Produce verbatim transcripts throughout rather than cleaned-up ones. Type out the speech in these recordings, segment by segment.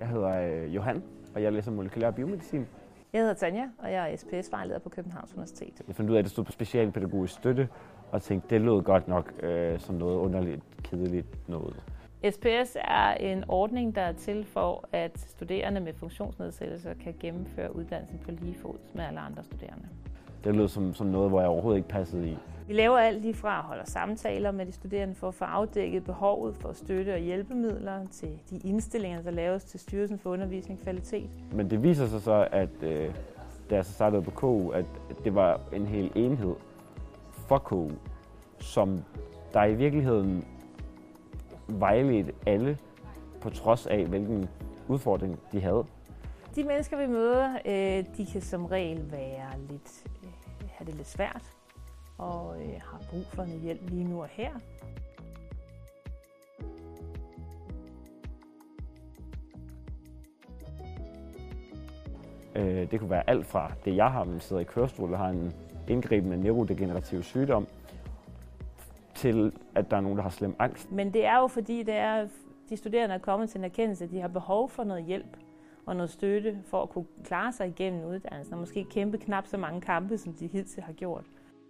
Jeg hedder øh, Johan, og jeg læser molekylær biomedicin. Jeg hedder Tanja, og jeg er S P S-vejleder på Københavns Universitet. Jeg fandt ud af, at det stod på specialpædagogisk støtte, og tænkte, det lød godt nok øh, som noget underligt, kedeligt noget. S P S er en ordning, der er til for, at studerende med funktionsnedsættelser kan gennemføre uddannelsen på lige fod med alle andre studerende. Det lød som, som noget, hvor jeg overhovedet ikke passede i. Vi laver alt lige fra at holde samtaler med de studerende for at få afdækket behovet for støtte og hjælpemidler til de indstillinger, der laves til Styrelsen for Undervisning og Kvalitet. Men det viser sig så, at øh, da jeg så startede på K U, at det var en hel enhed for K U, som der i virkeligheden vejledte alle på trods af, hvilken udfordring de havde. De mennesker, vi møder, øh, de kan som regel være lidt, øh, have det lidt svært og øh, har brug for noget hjælp lige nu og her. Øh, det kunne være alt fra det, jeg har, man sidder i kørestol og har en indgribende neurodegenerativ sygdom, til at der er nogen, der har slem angst. Men det er jo fordi, det er, de studerende er kommet til en erkendelse, at de har behov for noget hjælp og noget støtte for at kunne klare sig igennem uddannelsen og måske kæmpe knap så mange kampe, som de hidtil har gjort.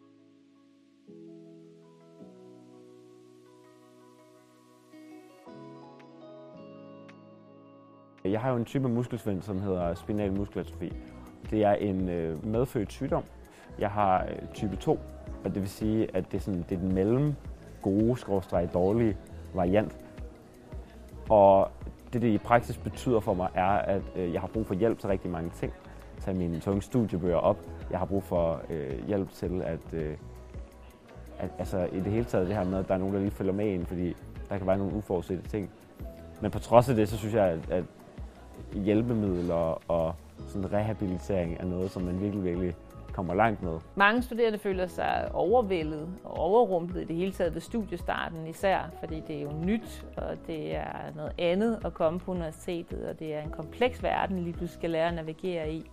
Jeg har jo en type muskelsvind, som hedder spinal muskelatrofi. Det er en øh, medfødt sygdom. Jeg har øh, type to, og det vil sige, at det er, sådan, det er den mellem gode, skråstreg dårlige variant. Og det, det i praksis betyder for mig, er, at øh, jeg har brug for hjælp til rigtig mange ting. Tage mine tunge studiebøger op. Jeg har brug for øh, hjælp til at, øh, at, altså i det hele taget det her med, at der er nogen, der lige følger med ind, fordi der kan være nogle uforudsete ting. Men på trods af det, så synes jeg, at, at hjælpemidler og sådan rehabilitering er noget, som man virkelig, virkelig kommer langt med. Mange studerende føler sig overvældet og overrumplet i det hele taget ved studiestarten især, fordi det er jo nyt, og det er noget andet at komme på universitetet, og det er en kompleks verden, lige pludselig skal lære at navigere i.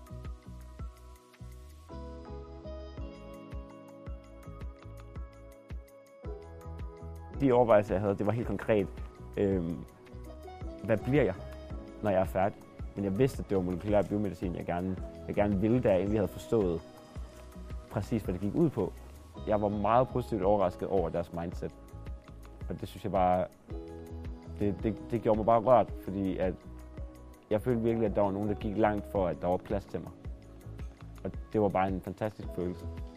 De overvejelser, jeg havde, det var helt konkret. Øhm, hvad bliver jeg, når jeg er færdig? Men jeg vidste, at det var molekylær biomedicin, jeg gerne, jeg gerne ville, da jeg egentlig havde forstået præcis, hvad det gik ud på. Jeg var meget positivt overrasket over deres mindset. Og det synes jeg bare, det, det, det gjorde mig bare rørt, fordi at jeg følte virkelig, at der var nogen, der gik langt for, at der var plads til mig. Og det var bare en fantastisk følelse.